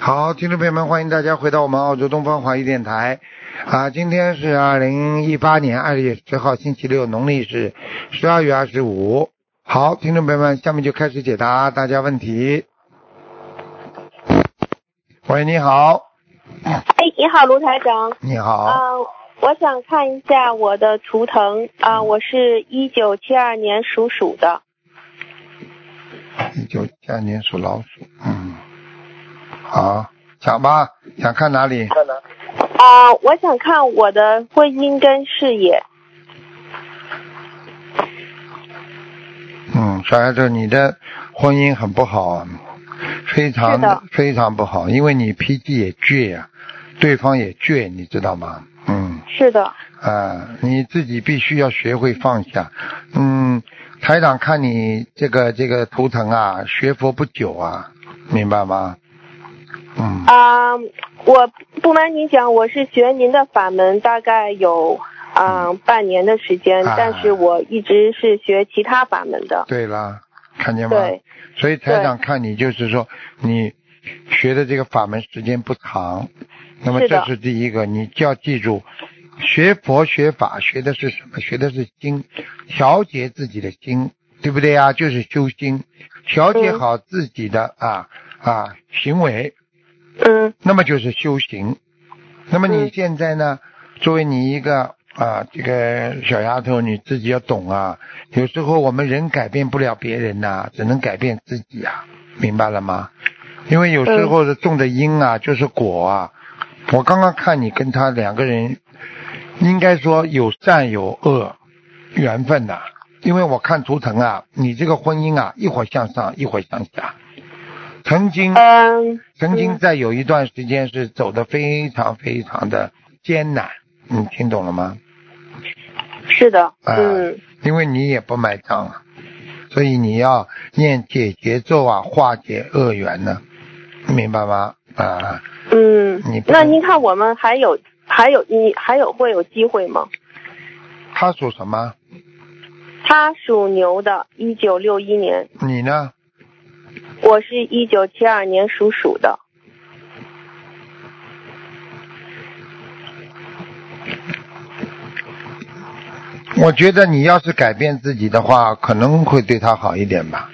好，听众朋友们，欢迎大家回到我们澳洲东方华语电台。今天是2018年2月10号，星期六，农历是12月25。好，听众朋友们，下面就开始解答大家问题。喂，你好。 你好，卢台长。 你好。 我想看一下我的图腾我是1972年属鼠的。 1972年属老鼠。好，讲吧，想看哪里？ 我想看我的婚姻跟事业。 小孩子，你的婚姻很不好，非常不好，因为你脾气也倔啊，对方也倔，你知道吗？ 是的。 你自己必须要学会放下。台长看你这个图腾啊，学佛不久啊，明白吗？ 我不瞒您讲，我是学您的法门大概有半年的时间，但是我一直是学其他法门的。 对了，看见吗？ 对。 所以台长看你就是说你学的这个法门时间不长，那么这是第一个，你就要记住，学佛学法学的是什么？学的是心，调节自己的心，对不对啊？就是修心，调节好自己的行为。那么就是修行。那么你现在呢，作为你一个这个小丫头，你自己要懂啊。有时候我们人改变不了别人呐，只能改变自己啊，明白了吗？因为有时候种的因就是果啊。我刚刚看你跟他两个人，应该说有善有恶缘分的。因为我看图腾你这个婚姻一会儿向上，一会儿向下。曾经在有一段时间是走得非常非常的艰难，你听懂了吗？ 是的。 因为你也不买账所以你要念解结咒化解恶缘呢，明白吗？ 那您看我们还有会有机会吗？ 他属什么？ 他属牛的，1961年。 你呢？ 我是1972年属鼠的。 我觉得你要是改变自己的话，可能会对他好一点吧。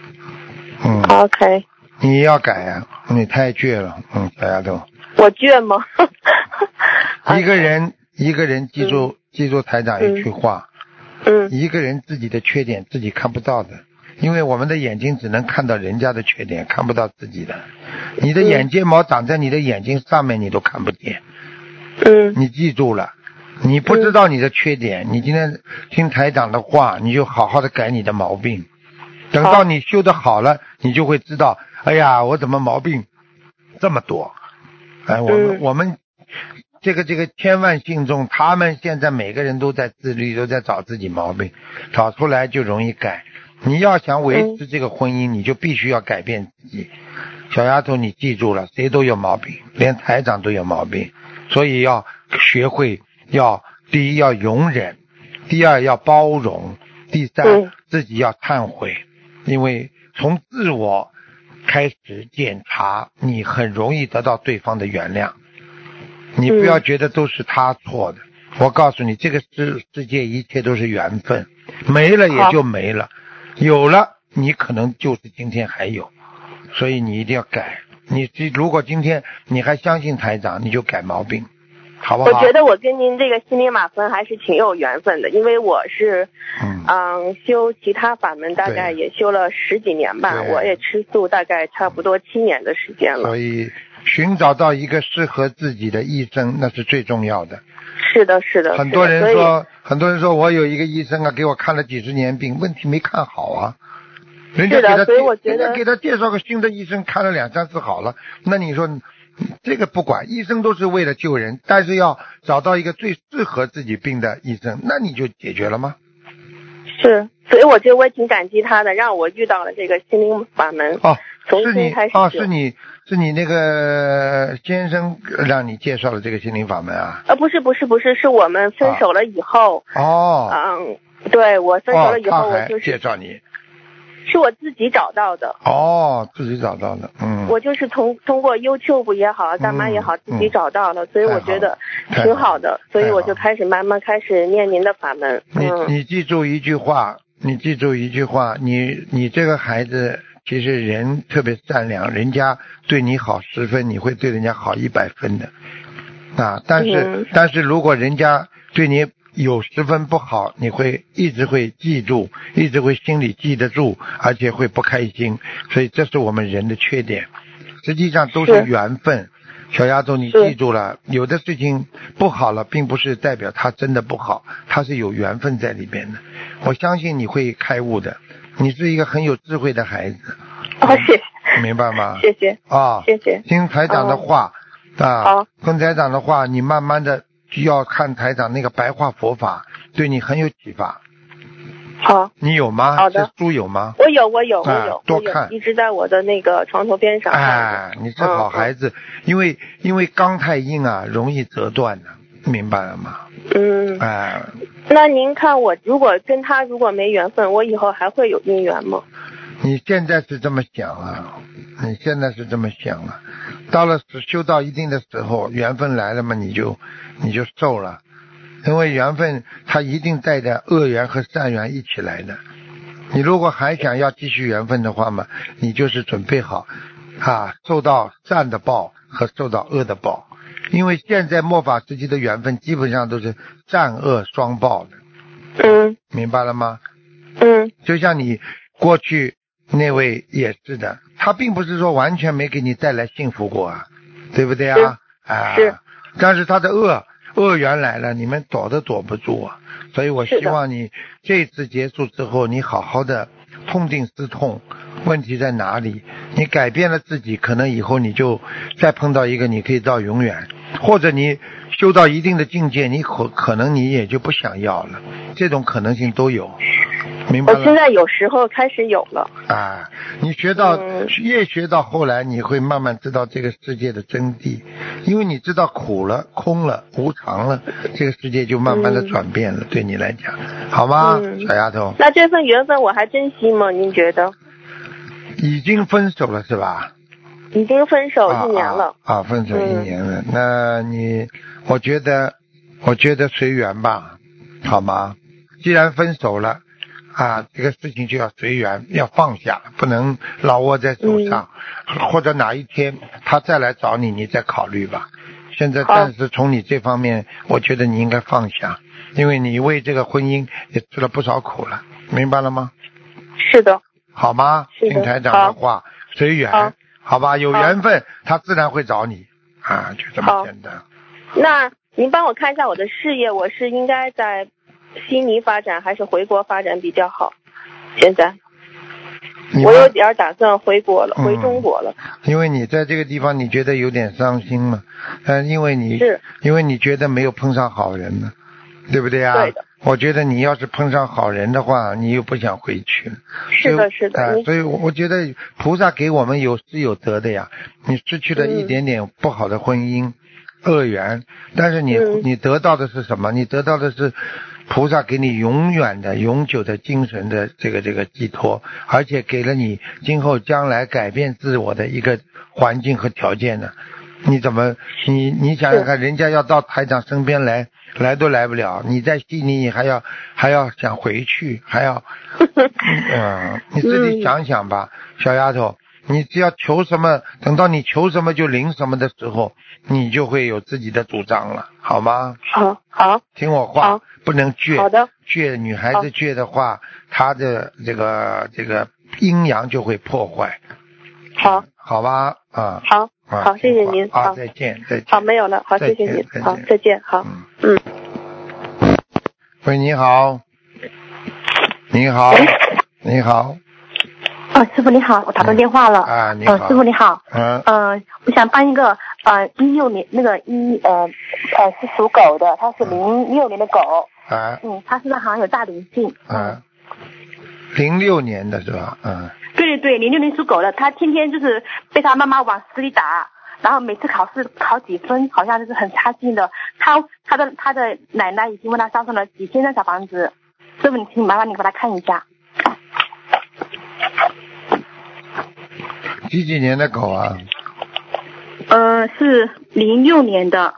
OK。 你要改你太倔了，小丫头。 我倔吗？ 一个人记住台长一句话。一个人自己的缺点自己看不到的。因为我们的眼睛只能看到人家的缺点，看不到自己的。你的眼睫毛长在你的眼睛上面，你都看不见。你记住了，你不知道你的缺点，你今天听台长的话，你就好好的改你的毛病。等到你修得好了，你就会知道，哎呀，我怎么毛病这么多？我们这个千万信众，他们现在每个人都在自律，都在找自己毛病，找出来就容易改。你要想维持这个婚姻，你就必须要改变自己。小丫头，你记住了，谁都有毛病，连台长都有毛病，所以要学会第一要容忍，第二要包容，第三自己要忏悔。因为从自我开始检查，你很容易得到对方的原谅。你不要觉得都是他错的，我告诉你，这个世界一切都是缘分，没了也就没了，有了你可能就是今天还有，所以你一定要改。如果今天你还相信台长，你就改毛病，好不好？ 我觉得我跟您这个心灵马芬还是挺有缘分的，因为我是修其他法门大概也修了10几年吧，我也吃素大概差不多7年的时间了。 所以寻找到一个适合自己的医生，那是最重要的。 是的。 很多人说我有一个医生给我看了几十年病，问题没看好人家给他介绍个新的医生，看了2、3次好了。那你说这个不管，医生都是为了救人，但是要找到一个最适合自己病的医生，那你就解决了吗？ 是，所以我觉得我挺感激他的，让我遇到了这个心灵法门。从新开始是你那个先生让你介绍了这个心灵法门不是，是我们分手了以后。 哦。 对，我分手了以后， 他还介绍你。 是我自己找到的。 哦，自己找到的， 我就是通过 YouTube 也好，干嘛也好，自己找到了，所以我觉得挺好的，所以我就慢慢开始念您的法门。 你记住一句话，你这个孩子其实人特别善良，人家对你好10分，你会对人家好100分的啊。但是如果人家对你有10分不好，你会一直会记住，一直会心里记得住，而且会不开心，所以这是我们人的缺点，实际上都是缘分。小丫头，你记住了，有的事情不好了，并不是代表它真的不好，它是有缘分在里边的。我相信你会开悟的，你是一个很有智慧的孩子。 谢谢。 明白吗？ 谢谢。谢谢。 听台长的话跟台长的话，你慢慢的要看台长那个白话佛法，对你很有启发。 好， 你有吗？ 好的。 这书有吗？ 我有， 多看， 一直在我的那个床头边上。 你是好孩子，因为钢太硬啊，容易折断的，明白了吗？ 那您看我如果跟他没缘分，我以后还会有姻缘吗？ 你现在是这么想啊？到了修到一定的时候，缘分来了嘛，你就受了。因为缘分它一定带着恶缘和善缘一起来的，你如果还想要继续缘分的话嘛，你就是准备好受到善的报和受到恶的报，因为现在末法时期的缘分基本上都是善恶双报的。明白了吗？就像你过去那位也是的，他并不是说完全没给你带来幸福过啊，对不对啊？ 是。 但是他的恶缘来了，你们躲都躲不住啊！所以我希望你这次结束之后，你好好的痛定思痛，问题在哪里？你改变了自己，可能以后你就再碰到一个你可以到永远，或者你修到一定的境界，你可能你也就不想要了，这种可能性都有。明白了？ 我现在有时候开始有了。 你越学到后来，你会慢慢知道这个世界的真谛，因为你知道苦了、空了、无常了，这个世界就慢慢的转变了，对你来讲，好吗，小丫头？ 那这份缘分我还珍惜吗？您觉得？ 已经分手了是吧？ 已经分手1年了。 分手1年了，那我觉得随缘吧，好吗？既然分手了这个事情就要随缘，要放下，不能老握在手上，或者哪一天他再来找你，你再考虑吧。现在暂时从你这方面，我觉得你应该放下，因为你为这个婚姻也吃了不少苦了，明白了吗？ 是的。 好吗？听台长的话，随缘，好吧？有缘分，他自然会找你就这么简单。 那您帮我看一下我的事业，我是应该在悉尼发展还是回国发展比较好？现在我有点打算回国了，回中国了。 因为你在这个地方你觉得有点伤心嘛，因为你觉得没有碰上好人呢，对不对啊？ 对的。 我觉得你要是碰上好人的话，你又不想回去。 是的。 所以我觉得菩萨给我们有失有得的呀。你失去了一点点不好的婚姻恶缘，但是你得到的是什么？你得到的是菩萨给你永远的永久的精神的这个寄托，而且给了你今后将来改变自我的一个环境和条件呢。你怎么你想想看，人家要到台长身边来都来不了，你在悉尼你还要想回去，还要你自己想想吧，小丫头，你只要求什么，等到你求什么就灵什么的时候，你就会有自己的主张了，好吗？ 好， 听我话，不能倔。 好的。 倔，女孩子倔的话，她的这个阴阳就会破坏。好吧好，谢谢您。 好，再见。 好，没有了。好，谢谢您。好，再见。好。 喂，你好。你好。 师傅你好，我打通电话了。 你好。 师傅你好。我想帮一个16年那个是属狗的，他是06年的狗。他身上好像有大灵性。 06年的是吧？ 对，06年属狗的，他天天就是被他妈妈往死里打，然后每次考试考几分，好像就是很差劲的。他的奶奶已经为他烧送了几千张小房子，师傅你麻烦你给他看一下。 几年的狗啊？ 是06年的。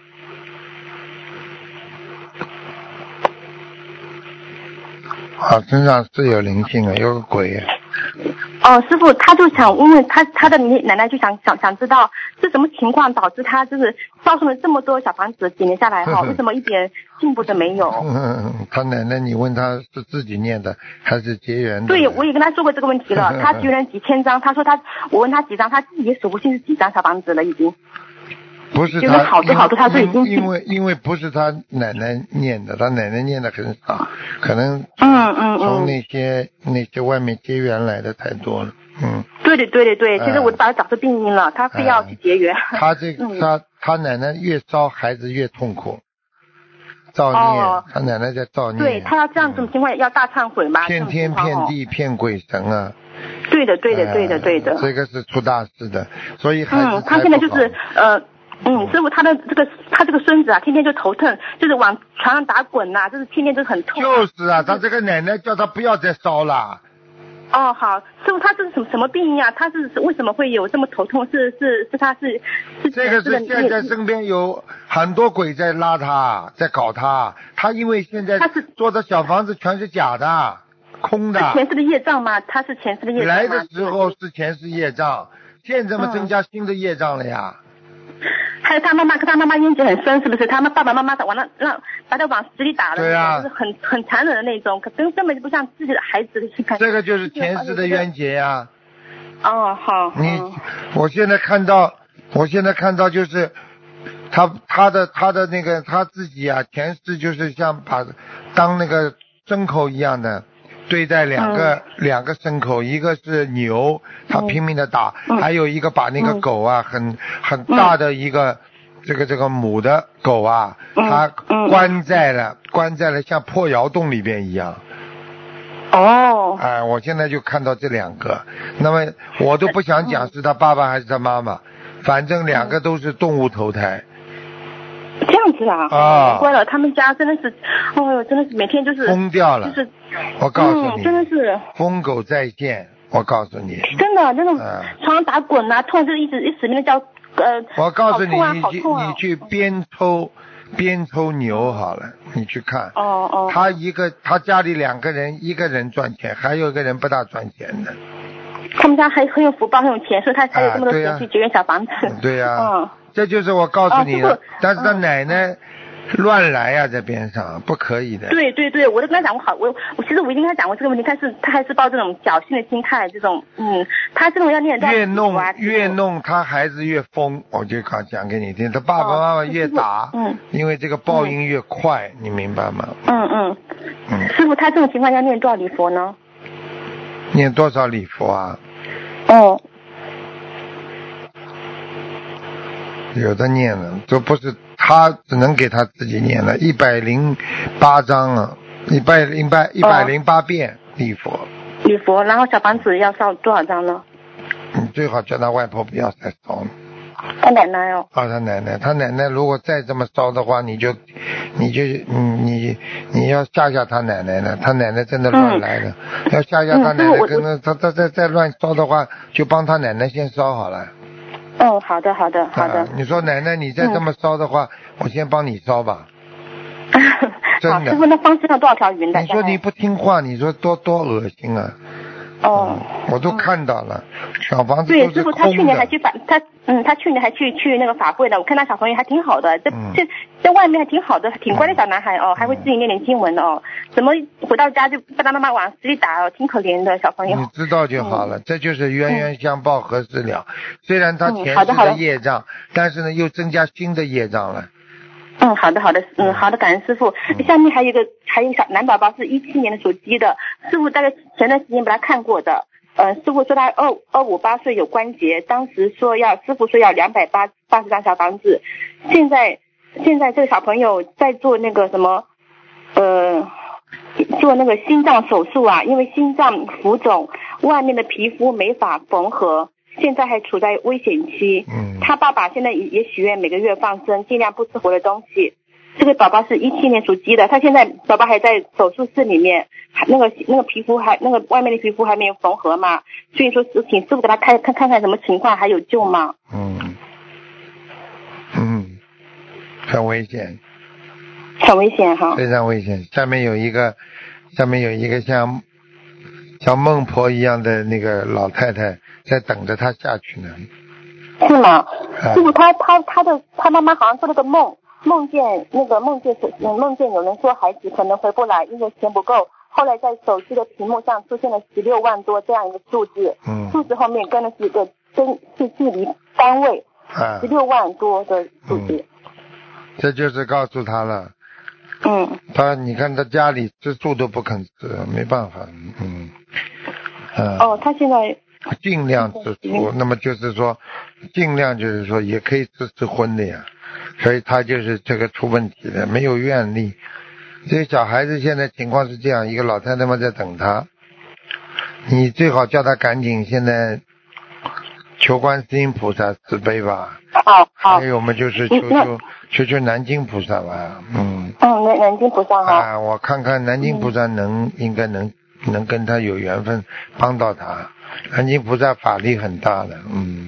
啊，身上是有灵性啊，有个鬼啊。 师傅，他就想问问他的奶奶，就想知道是什么情况导致他就是造成了这么多小房子几年下来为什么一点进步都没有？ 他奶奶，你问他是自己念的还是结缘的？ 对，我也跟他说过这个问题了，他结缘几千张，他说我问他几张，他自己也数不清是几张小房子了已经。 不是他， 就是好多他都已经因为不是他奶奶念的，他奶奶念的很少，可能从那些外面结缘来的太多了。 对，其实我把他找出病因了，他非要去结缘。 他奶奶越烧孩子越痛苦，造孽，他奶奶在造孽。 对，他要这样这种情况要大忏悔嘛， 骗天骗地骗鬼神啊。 对的。 这个是出大事的，所以孩子他现在就是师傅，他这个孙子啊，天天就头疼，就是往床上打滚呐，就是天天就很痛。 就是啊，他这个奶奶叫他不要再烧了。 好，师傅，他这是什么病呀？他是为什么会有这么头痛？是他是这个是现在身边有很多鬼在拉他，在搞他。他因为现在做的小房子全是假的，空的。 是前世的业障吗？他是前世的业障吗？ 来的时候是前世业障，现在嘛增加新的业障了呀。 还有他妈妈跟他妈妈冤结很深，是不是？他们爸爸妈妈把他往死里打了， 对啊， 就是很残忍的那种，根本就不像自己的孩子的去看。 这个就是前世的冤结呀。 好。 我现在看到就是他的那个他自己啊，前世就是像当那个牲口一样的。对待两个牲口，一个是牛，他拼命的打，还有一个把那个狗啊，很大的一个这个母的狗啊，他关在了像破窑洞里边一样。我现在就看到这两个，那么我都不想讲是他爸爸还是他妈妈，反正两个都是动物投胎。 这样子啊？怪了，他们家真的是，真的是每天就是疯掉了，就是我告诉你， 真的是疯狗在线，我告诉你， 真的那种床上打滚啊，痛就一死命的叫我告诉你， 你去边抽牛好了，你去看。他家里两个人，一个人赚钱，还有一个人不大赚钱的。 他们家很有福报，很有钱，所以他才有这么多钱去结缘小房子。 对呀。这就是我告诉你的，但是他奶奶乱来呀，在边上不可以的。 对，我都跟他讲过其实我已经跟他讲过这个问题，但是他还是抱这种侥幸的心态，这种他这种要念越弄他孩子越疯，我就讲给你听，他爸爸妈妈越打，因为这个报应越快，你明白吗？ 师傅，他这种情况要念多少礼佛呢？ 念多少礼佛啊？有的念了，都不是他只能给他自己念了108章啊，108遍礼佛， 然后小房子要烧多少张呢？ 你最好叫他外婆不要再烧了。 他奶奶他奶奶如果再这么烧的话，你要吓他奶奶了，他奶奶真的乱来了，要吓他奶奶，跟他再乱烧的话，就帮他奶奶先烧好了。 好的。 你说奶奶，你再这么烧的话，我先帮你烧吧。真的。 师傅，那放生了多少条鱼呢？ 你说你不听话，你说多恶心啊！我都看到了，小房子都是空的。 对，师傅，他去年还去他去年还去那个法会的，我看他小朋友还挺好的，在外面还挺好的，挺乖的小男孩还会自己念经文的怎么回到家就爸爸妈妈往死里打挺可怜的小朋友。 你知道就好了，这就是冤冤相报何时了。虽然他前世的业障，但是呢又增加新的业障了。 好的，好的，感恩师傅。下面还有一个小男宝宝是17年的属鸡的，师傅大概前段时间把他看过的，师傅说他258岁有关节，当时师傅说要280张小房子，现在这个小朋友在做那个什么做那个心脏手术啊，因为心脏浮肿，外面的皮肤没法缝合，现在还处在危险期。他爸爸现在也许愿每个月放生，尽量不吃活的东西。 这个宝宝是17年属鸡的，他现在宝宝还在手术室里面，那个皮肤还那个外面的皮肤还没有缝合嘛，所以说请师傅给他看看什么情况，还有救吗？ 很危险。 很危险哈。 非常危险，下面有一个像孟婆一样的那个老太太在等着他下去呢。 是吗？师傅他妈妈好像做了个梦见有人说孩子可能回不来，因为钱不够。后来在手机的屏幕上出现了16万多这样一个数字，数字后面跟的是一个是距离单位，16万多的数字。 这就是告诉他了。你看他家里吃素都不肯吃，没办法。 他现在尽量吃素，那么就是说尽量就是说也可以吃荤的呀，所以他就是这个出问题了，没有愿力。这些小孩子现在情况是这样，一个老太太们在等他，你最好叫他赶紧现在求观世音菩萨慈悲吧。还有我们就是求南京菩萨吧。 南京菩萨哈。 我看看南京菩萨应该能跟他有缘分帮到他。南京菩萨法力很大的。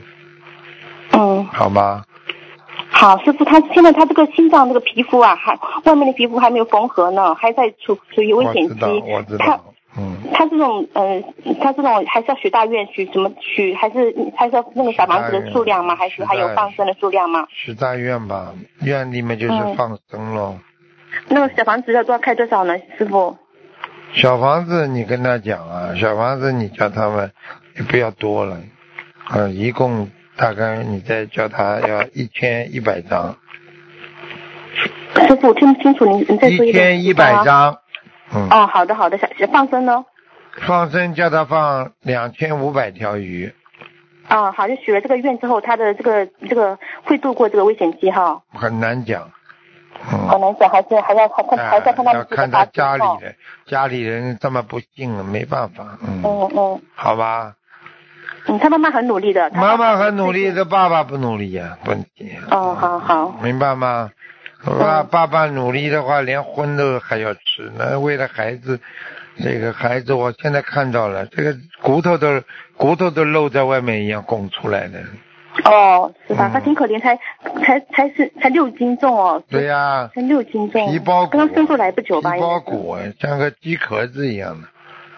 好吗？ 好，师傅，他现在他这个心脏这个皮肤啊，外面的皮肤还没有缝合呢，还在处于危险期。 我知道。 他这种还是要许大愿许还是要那个小房子的数量吗？还是还有放生的数量吗？ 许大愿吧，愿里面就是放生咯。 那个小房子要开多少呢，师傅？ 小房子你跟他讲啊，小房子你叫他们也不要多了，一共大概你再叫他要1100张。 师傅听不清楚，你再说一遍。 1100张。 好的，小放生呢？ 放生叫他放2500条鱼。 好，就许了这个愿之后，他的这个会度过这个危险期哈。 很难讲。 很难讲，还是要看他们要看他家里人这么不幸了，没办法。好吧。 他妈妈很努力的。 妈妈很努力的，爸爸不努力呀，问题。 好。 明白吗？爸爸努力的话，连荤都还要吃，那为了孩子，这个孩子我现在看到了，这个骨头都露在外面一样拱出来的。 是吧？他挺可怜，才6斤重哦。 对呀。 才6斤重。 皮包骨。 刚刚生出来不久吧？ 皮包骨像个鸡壳子一样的。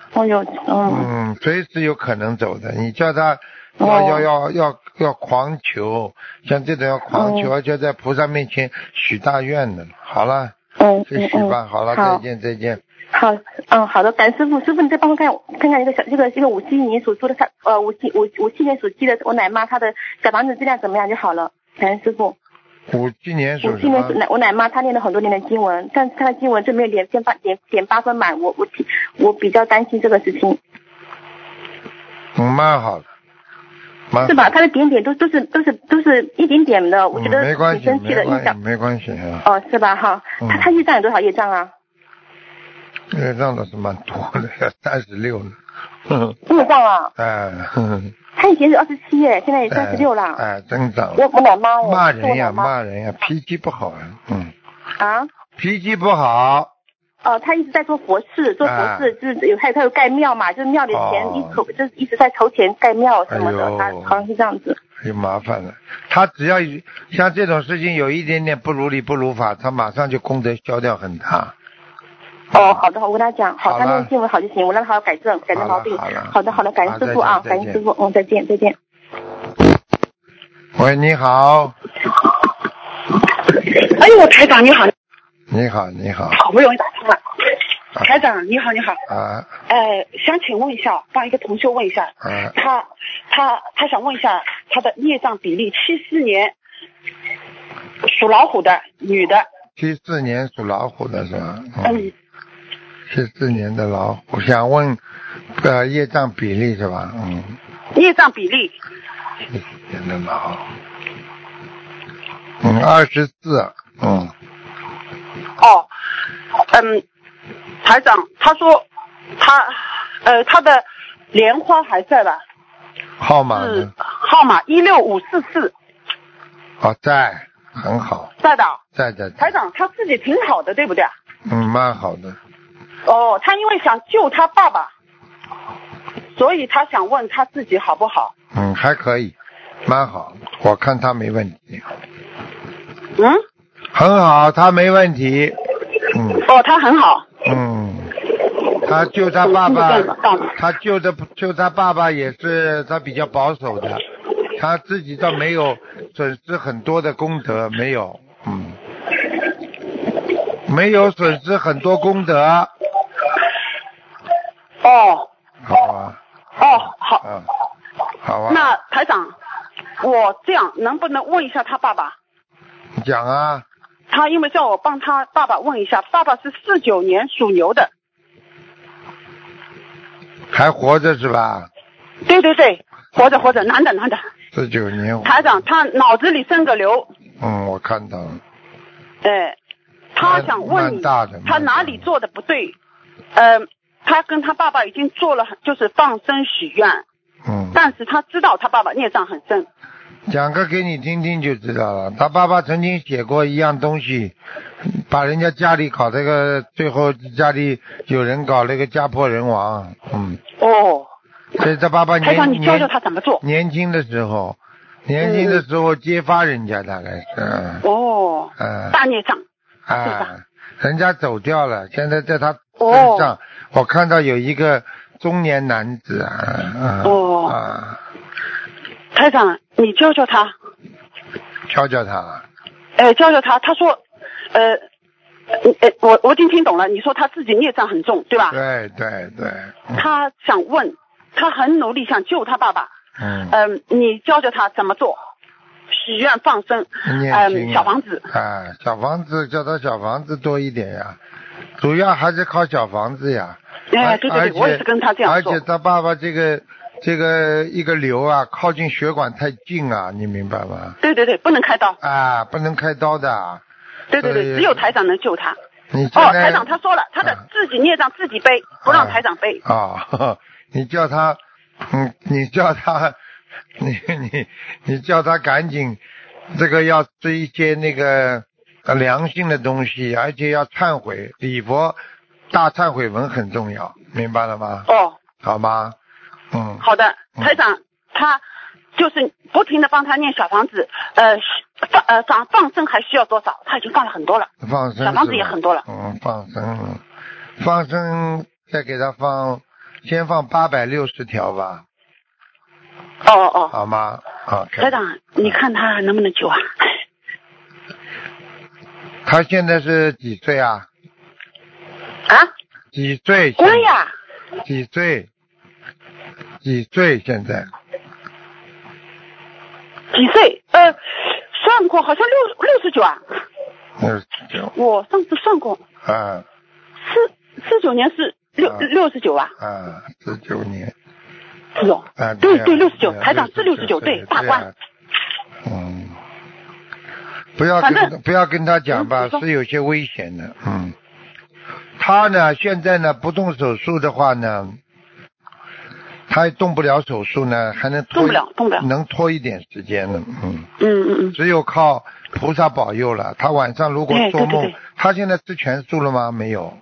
随时有可能走的。你叫他要狂求，像这种要狂求，而且在菩萨面前许大愿的。好了，去许吧。好了，再见。 好的，感恩师傅，你再帮我看看一个57年属猪的57年属鸡的我奶妈，她的小房子质量怎么样就好了。感恩师傅。 57年属什么？我奶妈她念了很多年的经文，但是她的经文就没有点8分满，我比较担心这个事情。 蛮好的。 是吧？他的点都是一点点的，我觉得挺生气的， 没关系。 是吧？哈，他业障有多少业障啊？ 业障倒是蛮多的，要36呢。 业障啊？他以前是27耶，现在也36了。 增长。 我奶妈骂人呀，脾气不好呀。脾气不好。 他一直在做佛事，就是他有盖庙嘛，就是庙里钱就是一直在筹钱盖庙什么的，他好像是这样子。 有麻烦了，他只要像这种事情有一点点不如理不如法，他马上就功德消掉很大。 好的，我跟他讲，好，他念经文好就行，我让他好改正毛病。好的，感恩师傅啊，感恩师傅，再见。 喂，你好。 哎呦，台长你好。 你好。 好不容易打通了。台长你好。想请问一下，帮一个同学问一下，他想问一下他的业障比例，74年属老虎的女的。 74年属老虎的是吧？74年的老虎，想问业障比例是吧？ 业障比例。 74年的老虎。24。 台长，他说他的莲花还在吧？ 号码呢？ 号码16544。 在，很好。 在的。 在。 台长他自己挺好的，对不对？ 蛮好的。 哦，他因为想救他爸爸，所以他想问他自己好不好？ 还可以，蛮好，我看他没问题。很好，他没问题。 他很好。 他救他爸爸，他救他爸爸也是他比较保守的，他自己倒没有损失很多的功德，没有，没有损失很多功德。好啊。 好。 好啊。 那台长，我这样能不能问一下他爸爸？ 讲啊。 他因为叫我帮他爸爸问一下，爸爸是49年属牛的。 还活着是吧？ 对，活着，男的。 49年。 台长，他脑子里生个瘤。 我看到了。 他想问你，他哪里做的不对？他跟他爸爸已经做了，就是放生许愿。但是他知道他爸爸孽障很深。 讲个给你听听就知道了。他爸爸曾经写过一样东西，把人家家里搞这个，最后家里有人搞那个家破人亡。所以他爸爸台长，你教教他怎么做？ 年轻的时候揭发人家大概是。 大孽障。 人家走掉了，现在在他身上，我看到有一个中年男子台长，你教教他。 教他。 教他。他说，我已经听懂了。你说他自己孽障很重，对吧？ 对。 他想问，他很努力想救他爸爸。你教他怎么做？许愿放生。小房子。 小房子叫他小房子多一点呀，主要还是靠小房子呀。 对，我也是跟他这样说。 而且他爸爸这个一个瘤啊，靠近血管太近啊，你明白吗？ 对，不能开刀。 不能开刀的。 对，只有台长能救他。台长他说了，他的自己孽障自己背，不让台长背。 你叫他，你叫他赶紧，这个要吃一些那个良性的东西，而且要忏悔，礼佛大忏悔文很重要，明白了吗？好吗？ 好的，台长，他就是不停的帮他念小房子，放生还需要多少？他已经放了很多了。 放生。 小房子也很多了。 放生再给他先放860条吧。好吗？ 台长，你看他能不能救啊？ 他现在是几岁啊？几岁？ 关呀。 几岁现在？ 几岁？算过好像69啊。 69。 我上次算过。49年是69啊。 49年。 是哦。对69，台长是69，对，大关。 不要跟他讲吧，是有些危险的。他呢现在呢不动手术的话呢，他动不了手术呢，还能动不了， 能拖一点时间的。只有靠菩萨保佑了。他晚上如果做梦，他现在吃全素了吗？没有。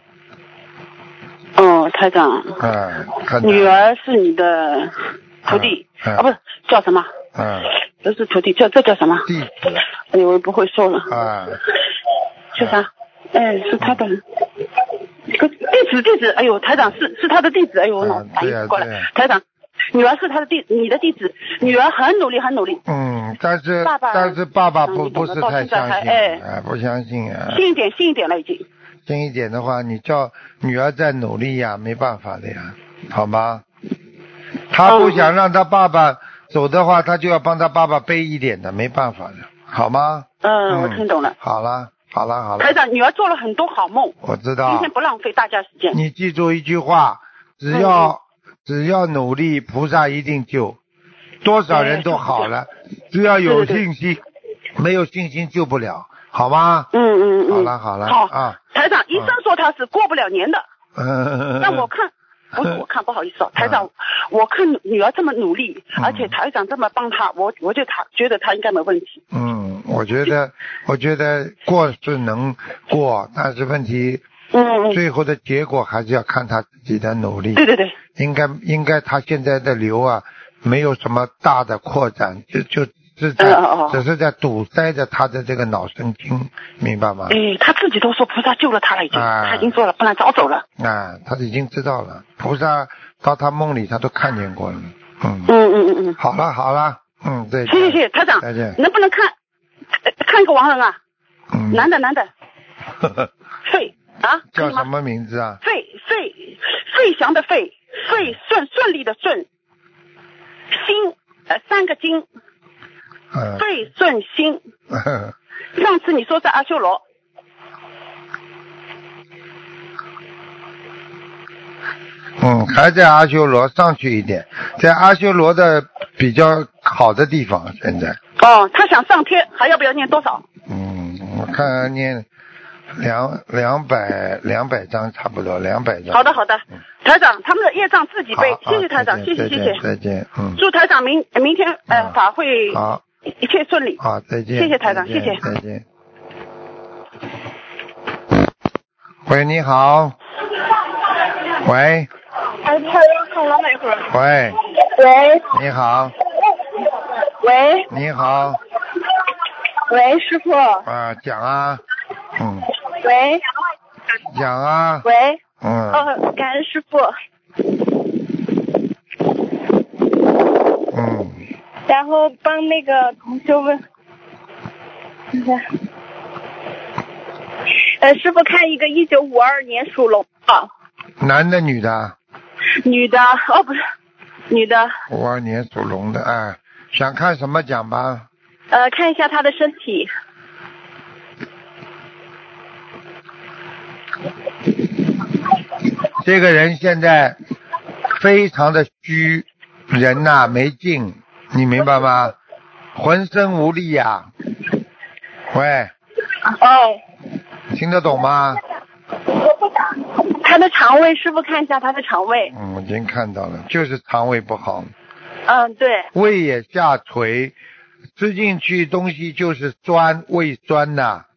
台长。女儿是你的徒弟不是叫什么？不是徒弟，这叫什么？ 弟子。 我不会说了。是啥？是他的弟子。哎呦，台长是他的弟子。哎呦，我脑子反应不过来。台长，女儿是你的弟子，女儿很努力。 但是爸爸不是太相信。不相信啊。 信一点了已经。 近一点的话，你叫女儿再努力呀，没办法的呀，好吗？他不想让他爸爸走的话，他就要帮他爸爸背一点的，没办法的，好吗？ 我听懂了。 好了。 台长，女儿做了很多好梦。 我知道。 今天不浪费大家时间。 你记住一句话，只要努力，菩萨一定救，多少人都好了，只要有信心，没有信心救不了。好吗？好了。 好，台长，医生说他是过不了年的。但我看，不好意思台长，我看女儿这么努力，而且台长这么帮他，我就觉得他应该没问题。 我觉得过是能过，但是问题，最后的结果还是要看他自己的努力。 对对对。 应该他现在的瘤啊，没有什么大的扩展，只是在堵塞着他的这个脑神经，明白吗？ 他自己都说菩萨救了他了，他已经做了，不然早走了。 他已经知道了，菩萨到他梦里他都看见过了。好了，对。 谢谢台长， 再见。 能不能看一个亡人啊？男的。费啊？ 叫什么名字啊？ 费翔的费顺利的顺，心3个金。费顺心。上次你说在阿修罗。 还在阿修罗上去一点，在阿修罗的比较好的地方现在。 他想上天，还要不要念多少？ 我看念200张差不多，200张。 好的，台长，他们的业障自己背。谢谢台长，谢谢。 再见。 祝台长明天法会一切顺利。 好，再见。 谢谢台长，谢谢。 再见。喂，你好。喂。 台长看了那会儿。 喂。你好。 喂。 你好。 喂，师傅。 讲啊。 喂。 讲啊。 喂。感恩师傅。然后帮那个同学问，师傅看一个1952年属龙的。 男的女的？ 女的。不是，女的。 52年属龙的，想看什么讲吧？ 看一下他的身体。 这个人现在非常的虚，人呐没劲，你明白吗？浑身无力呀。喂。听得懂吗？ 他的肠胃，师傅看一下他的肠胃。 我已经看到了，就是肠胃不好。 对。 胃也下垂，吃进去东西就是酸，胃酸呐。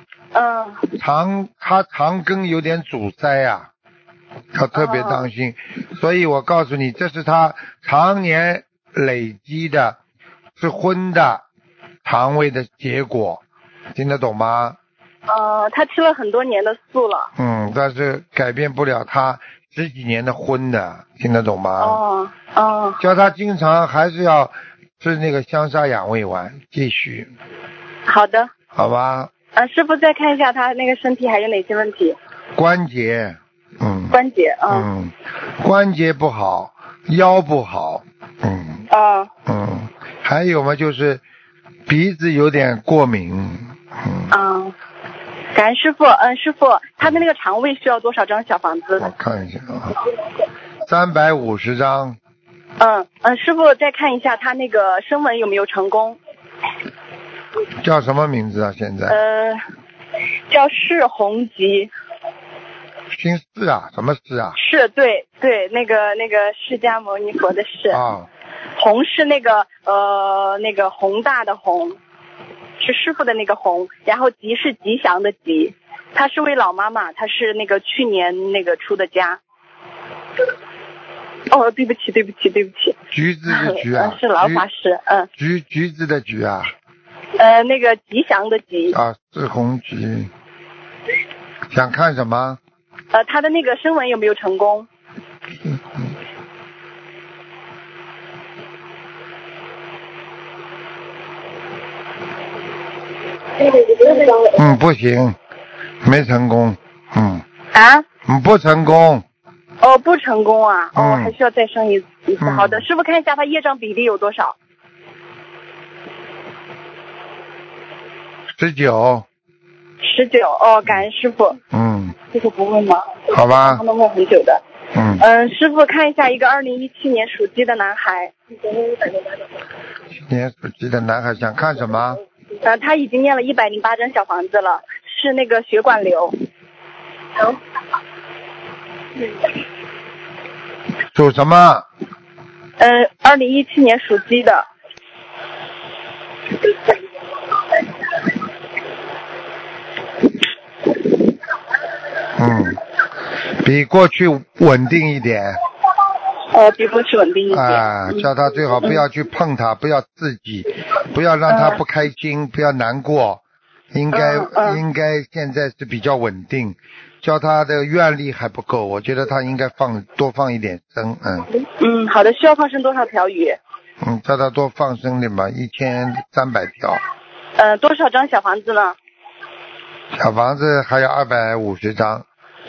他肠根有点阻塞呀，要特别当心。所以我告诉你，这是他常年累积的是荤的肠胃的结果，听得懂吗？ 他吃了很多年的素了。 但是改变不了他10几年的荤的，听得懂吗？叫他经常还是要吃那个香砂养胃丸，继续。 好的。 好吧。 师傅再看一下他那个身体还有哪些问题？ 关节。 关节。 关节不好，腰不好。还有嘛，就是鼻子有点过敏。 感恩师傅。师傅，他的那个肠胃需要多少张小房子？ 我看一下啊，350张。 师傅再看一下他那个声纹有没有成功？ 叫什么名字啊？现在？ 叫释弘吉。 姓释啊？什么释啊？ 是，对，那个释迦牟尼佛的释。弘是那个宏大的宏，是师傅的那个宏，然后吉是吉祥的吉。他是位老妈妈，她是那个去年那个出的家。对不起。 橘子的橘啊？ 是老法师。 橘子的橘啊？ 那个吉祥的吉。 释弘吉。想看什么？ 他的那个声纹有没有成功？ 不行，没成功。不成功。 不成功啊。还需要再生一次。好的，师傅看一下他业障比例有多少 ？19。 感恩师傅。这个不问吗？ 好吧。 他们问很久的。师傅看一下一个2017年属鸡的男孩。 年属鸡的男孩想看什么？ 他已经念了108张小房子了，是那个血管瘤。 属什么 ？2017年属鸡的。 比过去稳定一点。 比过去稳定一点。 叫他最好不要去碰他，不要刺激，不要让他不开心，不要难过。应该现在是比较稳定，叫他的愿力还不够，我觉得他应该多放一点生。 好的，需要放生多少条鱼？ 叫他多放生点吧，1300条。 多少张小房子呢？ 小房子还有250张。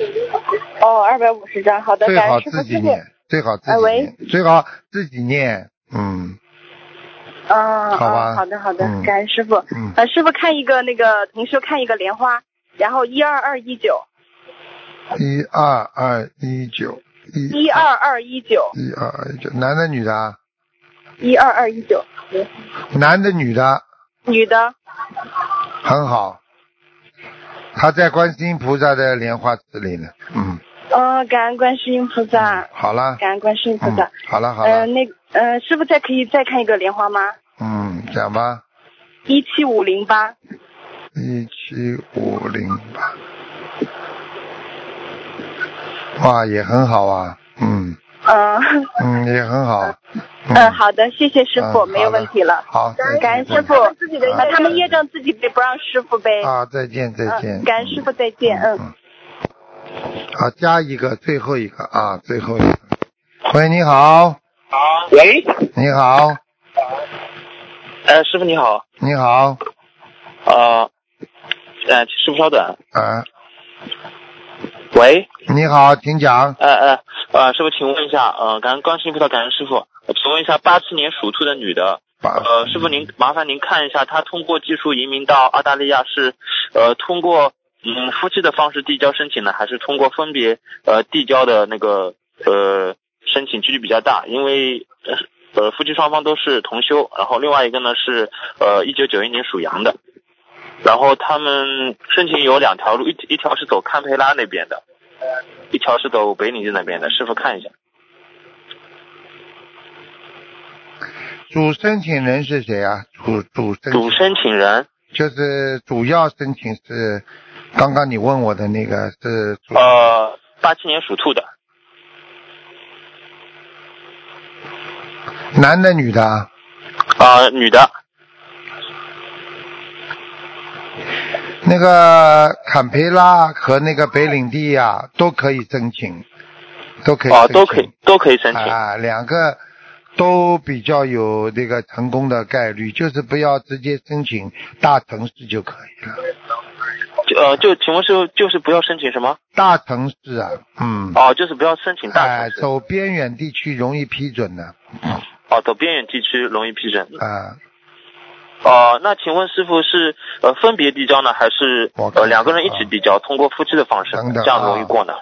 250张，好的。 最好自己念，最好自己念，最好自己念。好吧。 好的，感恩师傅。师傅看一个那个同学看一个莲花，然后12219。 12219。12219，男的女的啊 ？12219。 男的女的？ 女的。 很好，他在观世音菩萨的莲花池里呢。 感恩观世音菩萨。 好了。 感恩观世音菩萨。 好了。 师傅可以再看一个莲花吗？ 讲吧。 17508。 17508。哇，也很好啊。也很好。 好的，谢谢师傅，没有问题了。 好， 感恩师傅。他们业障自己背，不让师傅背。 再见。 感恩师傅，再见。 好，加一个，最后一个。喂，你好。 喂。 你好。 师傅你好。 你好。 师傅稍等。喂。 你好，请讲。 师傅，请问一下，感恩观世音菩萨，感恩师傅，请问一下，87年属兔的女的，师傅麻烦您看一下，她通过技术移民到澳大利亚是通过夫妻的方式递交申请呢，还是通过分别递交的那个申请几率比较大？因为夫妻双方都是同修，然后另外一个呢是1991年属羊的，然后他们申请有2条路，一条是走堪培拉那边的，一条是走北领地那边的，师傅看一下。 主申请人是谁啊？ 主申请人就是主要申请是刚刚你问我的那个是 87年属兔的。 男的女的？ 女的。 那个坎培拉和那个北领地啊，都可以申请，都可以申请2个都比较有这个成功的概率，就是不要直接申请大城市就可以了。 请问就是不要申请什么？ 大城市啊。 就是不要申请大城市。 走边远地区容易批准的。 走边远地区容易批准。那请问师傅是分别递交呢，还是2个人一起递交，通过夫妻的方式，这样容易过呢？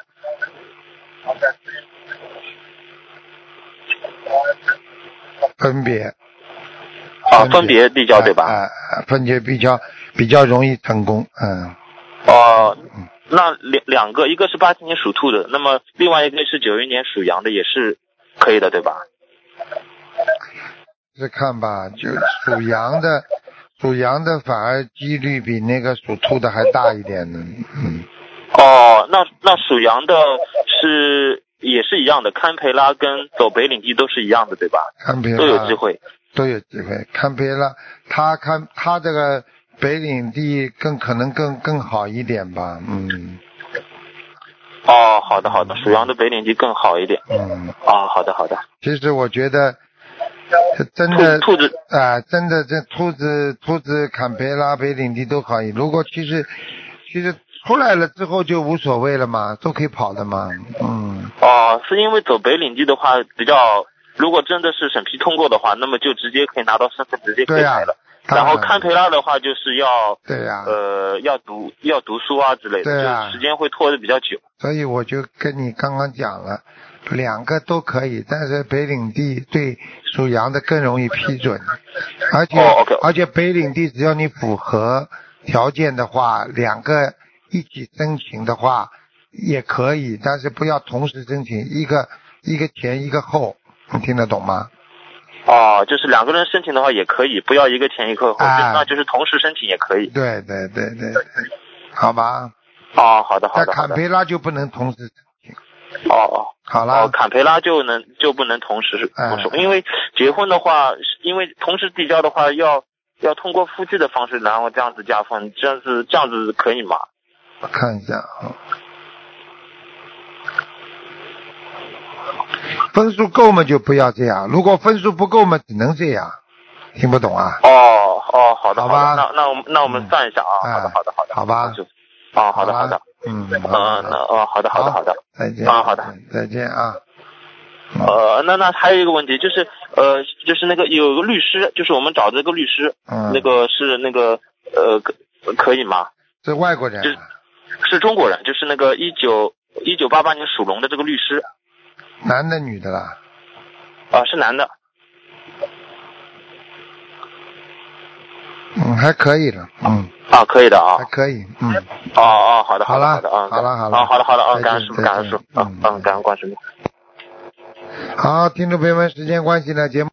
分别递交对吧？ 分别比较容易成功。 那两个，一个是87年属兔的，那么另外一个是91年属羊的，也是可以的对吧？ 是看吧，就属羊的反而几率比那个属兔的还大一点呢。 那属羊的也是一样的，堪培拉跟走北领地都是一样的对吧？ 堪培拉都有机会。 堪培拉他这个北领地可能更好一点吧。 好的，属羊的北领地更好一点。好的。 其实我觉得真的兔子真的这兔子坎培拉北领地都可以。如果其实出来了之后就无所谓了嘛，都可以跑的嘛。 是因为走北领地的话比较，如果真的是审批通过的话，那么就直接可以拿到身份，直接可以来了。然后堪培拉的话就是要要读书啊之类的，就时间会拖得比较久。 所以我就跟你刚刚讲了，2个都可以，但是北领地对属羊的更容易批准，而且北领地只要你符合条件的话，2个一起申请的话也可以，但是不要同时申请，一个前一个后，你听得懂吗？ 就是2个人申请的话也可以，不要一个前一个后，那就是同时申请也可以。 对，好吧。 哦，好的。 在坎培拉就不能同时。 哦， 好了。 坎培拉就不能同时动手，因为结婚的话，因为同时递交的话要通过夫妻的方式，然后这样子加分，这样子可以吗？ 我看一下啊。分数够嘛就不要这样，如果分数不够嘛只能这样，听不懂啊？ 哦，好的， 好吧。 那我们算一下啊。好的。 好吧。 好的。好的。 再见。 好的。 再见啊。 那还有一个问题就是那个有个律师，就是我们找这个律师，那个是那个可以吗？ 是外国人。 是中国人，就是那个1988年属龙的这个律师。 男的女的啦？ 是男的。 还可以了。 可以的啊。 还可以。 好的。 好了。 感恩师傅。感恩观世音。 好，听众朋友们，时间关系呢，节目。